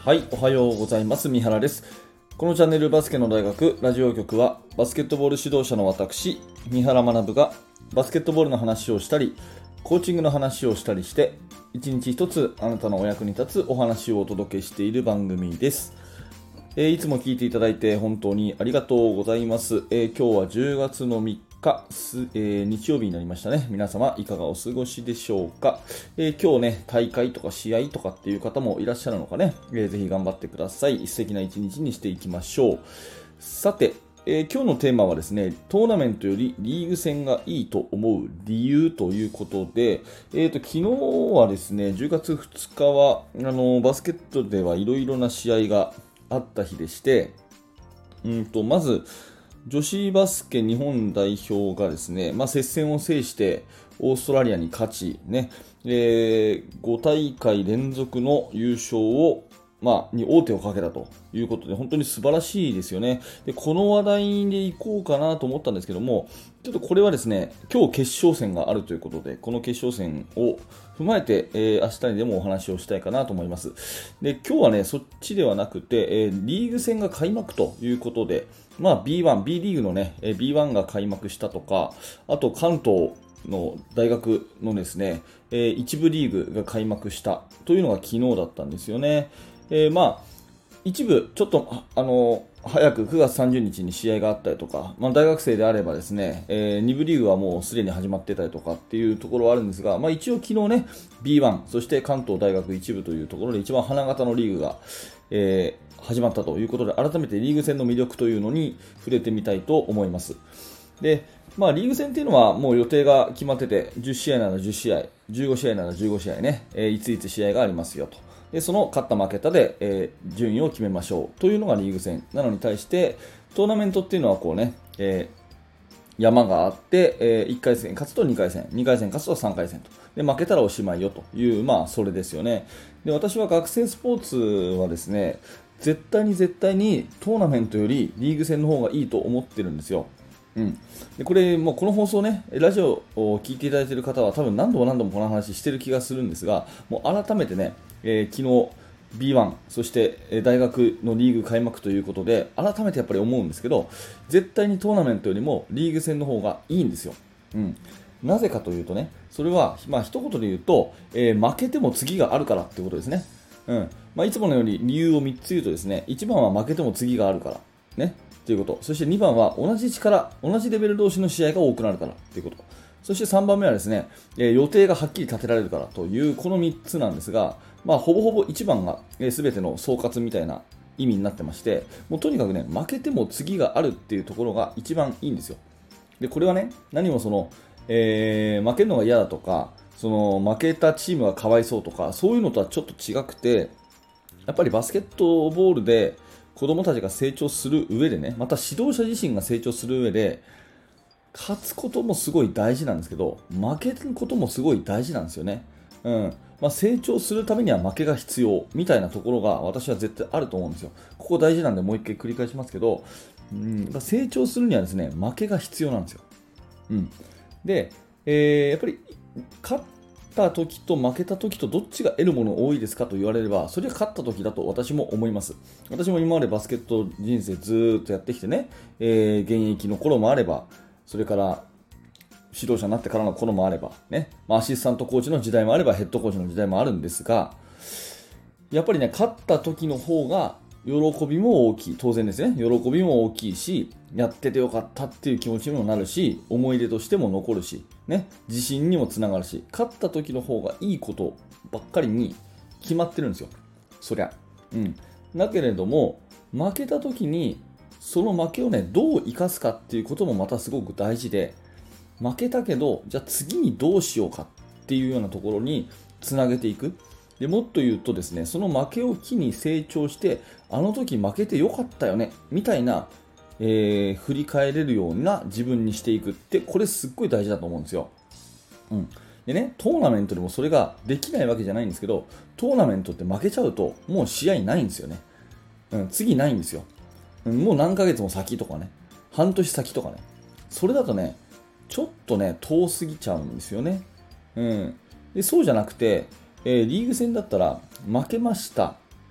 はい、おはようございます。三原です。このチャンネルバスケの大学ラジオ局はバスケットボール指導者の私、三原学がバスケットボールの話をしたり、コーチングの話をしたりして、一日一つあなたのお役に立つお話をお届けしている番組です。いつも聞いていただいて本当にありがとうございます。今日は10月の3日、日曜日になりましたね。皆様いかがお過ごしでしょうか。今日ね、大会とか試合とかっていう方もいらっしゃるのかね。ぜひ頑張ってください。素敵な一日にしていきましょう。さて、今日のテーマはですね、トーナメントよりリーグ戦がいいと思う理由ということで、昨日はですね、10月2日はバスケットではいろいろな試合があった日でして、まず女子バスケ日本代表がですね、接戦を制してオーストラリアに勝ち、ね、5大会連続の優勝をに王手をかけたということで、本当に素晴らしいですよね。で、この話題でいこうかなと思ったんですけども、ちょっとこれはですね、今日決勝戦があるということで、この決勝戦を踏まえて、明日にでもお話をしたいかなと思います。で、今日はね、そっちではなくて、リーグ戦が開幕ということで、B1、B リーグのね、B1 が開幕したとか、あと関東の大学のですね、一部リーグが開幕したというのが昨日だったんですよね。一部、ちょっと早く9月30日に試合があったりとか、大学生であればですね、2部リーグはもうすでに始まってたりとかっていうところはあるんですが、一応昨日ね、B1、そして関東大学一部というところで一番花形のリーグが、始まったということで、改めてリーグ戦の魅力というのに触れてみたいと思います。で、リーグ戦っていうのはもう予定が決まってて、10試合なら10試合、15試合なら15試合ね、いついつ試合がありますよと。で、その勝った負けたで、順位を決めましょうというのがリーグ戦なのに対して、トーナメントっていうのはこうね、山があって、1回戦勝つと2回戦、2回戦勝つと3回戦と。で、負けたらおしまいよという、それですよね。で、私は学生スポーツはですね、絶対にトーナメントよりリーグ戦の方がいいと思ってるんですよ。でこれもうこの放送ね、ラジオを聞いていただいている方は多分何度もこの話してる気がするんですが、もう改めてね、昨日 B1 そして大学のリーグ開幕ということで改めてやっぱり思うんですけど、絶対にトーナメントよりもリーグ戦の方がいいんですよ。なぜかというとね、それは一言で言うと、負けても次があるからってことですね。いつものように理由を3つ言うとですね、1番は負けても次があるからねということ。そして2番は同じ力、同じレベル同士の試合が多くなるからということ。そして3番目はですね、予定がはっきり立てられるからというこの3つなんですが、ほぼほぼ1番が全ての総括みたいな意味になってまして、もうとにかくね、負けても次があるっていうところが一番いいんですよ。で、これはね、何も負けるのが嫌だとか、負けたチームがかわいそうとか、そういうのとはちょっと違くて、やっぱりバスケットボールで子供たちが成長する上でね、また指導者自身が成長する上で、勝つこともすごい大事なんですけど、負けることもすごい大事なんですよね。成長するためには負けが必要みたいなところが私は絶対あると思うんですよ。ここ大事なんでもう一回繰り返しますけど、成長するにはですね、負けが必要なんですよ。で、やっぱり勝った時と負けた時とどっちが得るもの多いですかと言われれば、それは勝った時だと私も思います。私も今までバスケット人生ずーっとやってきてね、現役の頃もあれば、それから指導者になってからの頃もあれば、ね、アシスタントコーチの時代もあればヘッドコーチの時代もあるんですが、やっぱりね、勝った時の方が喜びも大きい。当然ですね。喜びも大きいし、やっててよかったっていう気持ちにもなるし、思い出としても残るし、ね、自信にもつながるし、勝った時の方がいいことばっかりに決まってるんですよ。そりゃ。だけれども、負けた時に、その負けをね、どう生かすかっていうこともまたすごく大事で、負けたけど、じゃあ次にどうしようかっていうようなところにつなげていく。でもっと言うとですね、その負けを機に成長して、あの時負けてよかったよね、みたいな、振り返れるような自分にしていくって、これすっごい大事だと思うんですよ。でね、トーナメントでもそれができないわけじゃないんですけど、トーナメントって負けちゃうと、もう試合ないんですよね。次ないんですよ。もう何ヶ月も先とかね、半年先とかね、それだとね、ちょっとね、遠すぎちゃうんですよね。でそうじゃなくて、リーグ戦だったら負けました。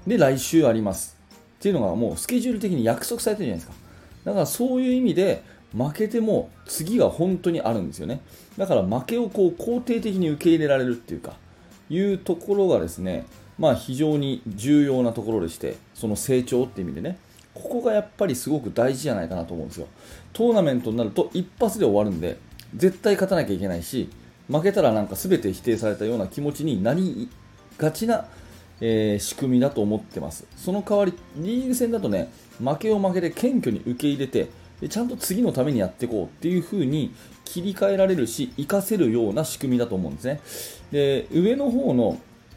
で、来週ありますっていうのがもうスケジュール的に約束されてるじゃないですか。だからそういう意味で負けても次が本当にあるんですよね。だから負けを肯定的に受け入れられるっていうところがですね、非常に重要なところでして、その成長っていう意味でね、ここがやっぱりすごく大事じゃないかなと思うんですよ。トーナメントになると一発で終わるんで、絶対勝たなきゃいけないし、負けたらなんか全て否定されたような気持ちになりがちな、仕組みだと思ってます。その代わりリーグ戦だとね、負けを負けで謙虚に受け入れて、ちゃんと次のためにやっていこうっていう風に切り替えられるし、活かせるような仕組みだと思うんですね。で、上の方の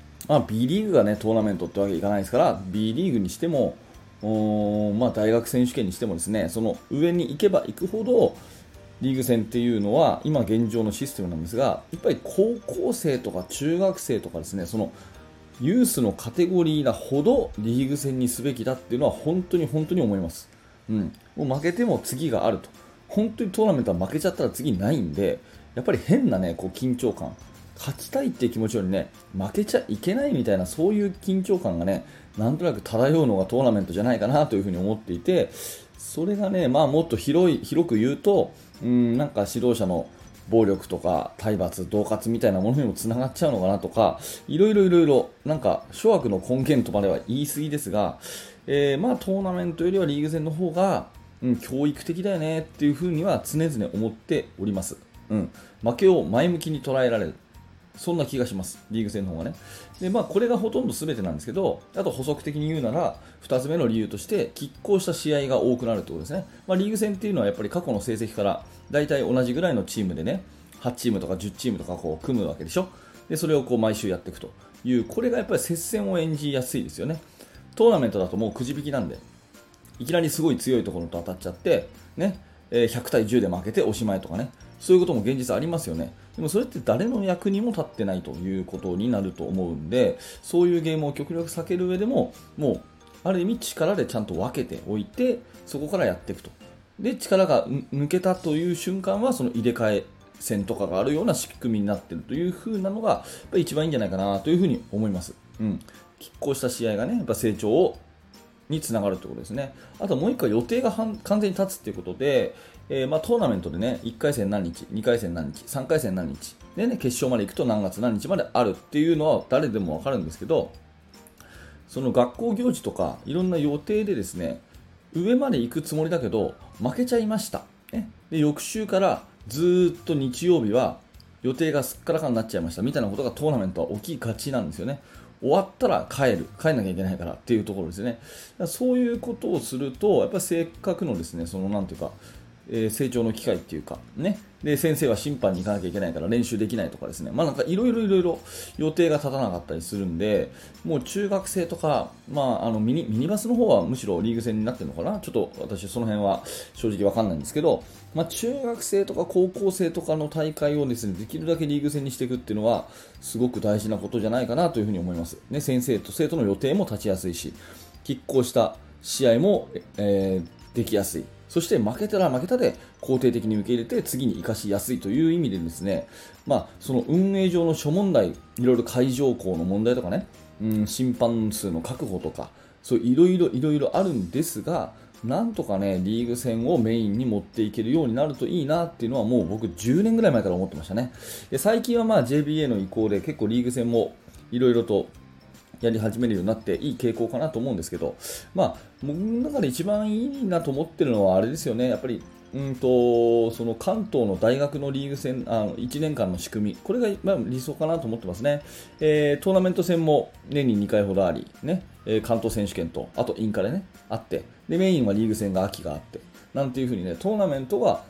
B リーグがねトーナメントってわけいかないですから、 B リーグにしても大学選手権にしてもですね、その上に行けば行くほどリーグ戦っていうのは今現状のシステムなんですが、やっぱり高校生とか中学生とかですね、そのユースのカテゴリーなほどリーグ戦にすべきだっていうのは本当に思います。もう負けても次があると。本当にトーナメントは負けちゃったら次ないんで、やっぱり変なね、緊張感。勝ちたいっていう気持ちよりね、負けちゃいけないみたいな、そういう緊張感がね、なんとなく漂うのがトーナメントじゃないかなというふうに思っていて、それがね、もっと広く言うと、なんか指導者の暴力とか体罰、恫喝みたいなものにもつながっちゃうのかなとか、いろいろ、なんか諸悪の根源とまでは言い過ぎですが、トーナメントよりはリーグ戦の方が、教育的だよねっていうふうには常々思っております。負けを前向きに捉えられる。そんな気がします、リーグ戦の方がね。で、これがほとんど全てなんですけど、あと補足的に言うなら、2つ目の理由として、拮抗した試合が多くなるということですね。リーグ戦っていうのはやっぱり過去の成績から大体同じぐらいのチームでね、8チームとか10チームとか組むわけでしょ。で、それを毎週やっていくという、これがやっぱり接戦を演じやすいですよね。トーナメントだともうくじ引きなんで、いきなりすごい強いところと当たっちゃって、ね、100対10で負けておしまいとかね、そういうことも現実ありますよね。でもそれって誰の役にも立ってないということになると思うんで、そういうゲームを極力避ける上でも、もうある意味力でちゃんと分けておいて、そこからやっていくと。で、力が抜けたという瞬間は、その入れ替え戦とかがあるような仕組みになっているという風なのが、やっぱり一番いいんじゃないかなというふうに思います。拮抗した試合がね、やっぱ成長につながるということですね。あともう1回予定が完全に立つということで、トーナメントでね、1回戦何日、2回戦何日、3回戦何日、でね、決勝まで行くと何月何日まであるっていうのは誰でもわかるんですけど、その学校行事とかいろんな予定でですね、上まで行くつもりだけど負けちゃいました、ね、で翌週からずっと日曜日は予定がすっからかになっちゃいましたみたいなことがトーナメントは起きがちなんですよね。終わったら帰んなきゃいけないからっていうところですね。そういうことをするとやっぱりせっかくのですね、そのなんていうか、成長の機会っていうかね、で先生は審判に行かなきゃいけないから練習できないとかですね、なんかいろいろ予定が立たなかったりするんで、もう中学生とか、ミニバスの方はむしろリーグ戦になってるのかな、ちょっと私その辺は正直わかんないんですけど、中学生とか高校生とかの大会をですね、できるだけリーグ戦にしていくっていうのはすごく大事なことじゃないかなというふうに思いますね。先生と生徒の予定も立ちやすいし、拮抗した試合も、できやすい。そして負けたら負けたで肯定的に受け入れて次に生かしやすいという意味でですね、その運営上の諸問題、いろいろ会場校の問題とかね、審判数の確保とか、そういろいろあるんですが、なんとかね、リーグ戦をメインに持っていけるようになるといいなっていうのはもう僕10年ぐらい前から思ってましたね。で最近はJBA の移行で結構リーグ戦もいろいろとやり始めるようになっていい傾向かなと思うんですけど、僕の中で一番いいなと思ってるのはあれですよね、やっぱりその関東の大学のリーグ戦1年間の仕組み、これが理想かなと思ってますね。トーナメント戦も年に2回ほどあり、ね、関東選手権とあとインカレねあって、でメインはリーグ戦が秋があってなんていう風にね、トーナメントが、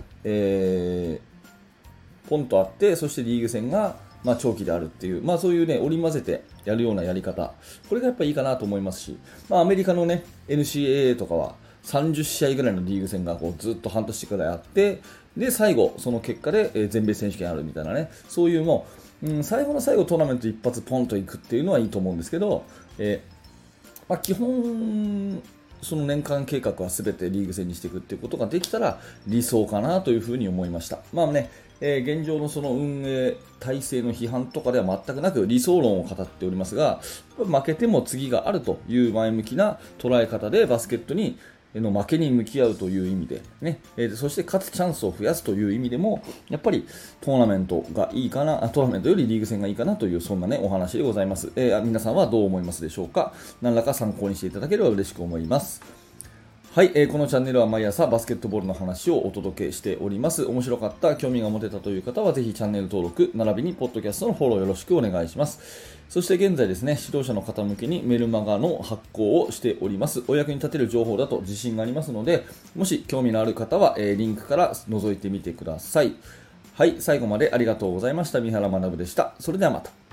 ポンとあって、そしてリーグ戦が長期であるっていう、そういうね、織り交ぜてやるようなやり方、これがやっぱりいいかなと思いますし、アメリカのね、NCAA とかは30試合ぐらいのリーグ戦がずっと半年くらいあって、で、最後、その結果で全米選手権あるみたいなね、そういう最後の最後トーナメント一発ポンといくっていうのはいいと思うんですけど、基本その年間計画は全てリーグ戦にしていくっていうことができたら理想かなというふうに思いました。まあね、現状のその運営体制の批判とかでは全くなく理想論を語っておりますが、負けても次があるという前向きな捉え方でバスケットにの負けに向き合うという意味で、ね、そして勝つチャンスを増やすという意味でも、やっぱりトーナメントがいいかな、トーナメントよりリーグ戦がいいかなという、そんなね、お話でございます。皆さんはどう思いますでしょうか。何らか参考にしていただければ嬉しく思います。はい、このチャンネルは毎朝バスケットボールの話をお届けしております。面白かった、興味が持てたという方はぜひチャンネル登録、並びにポッドキャストのフォローよろしくお願いします。そして現在ですね、指導者の方向けにメルマガの発行をしております。お役に立てる情報だと自信がありますので、もし興味のある方は、リンクから覗いてみてください。はい、最後までありがとうございました。三原学でした。それではまた。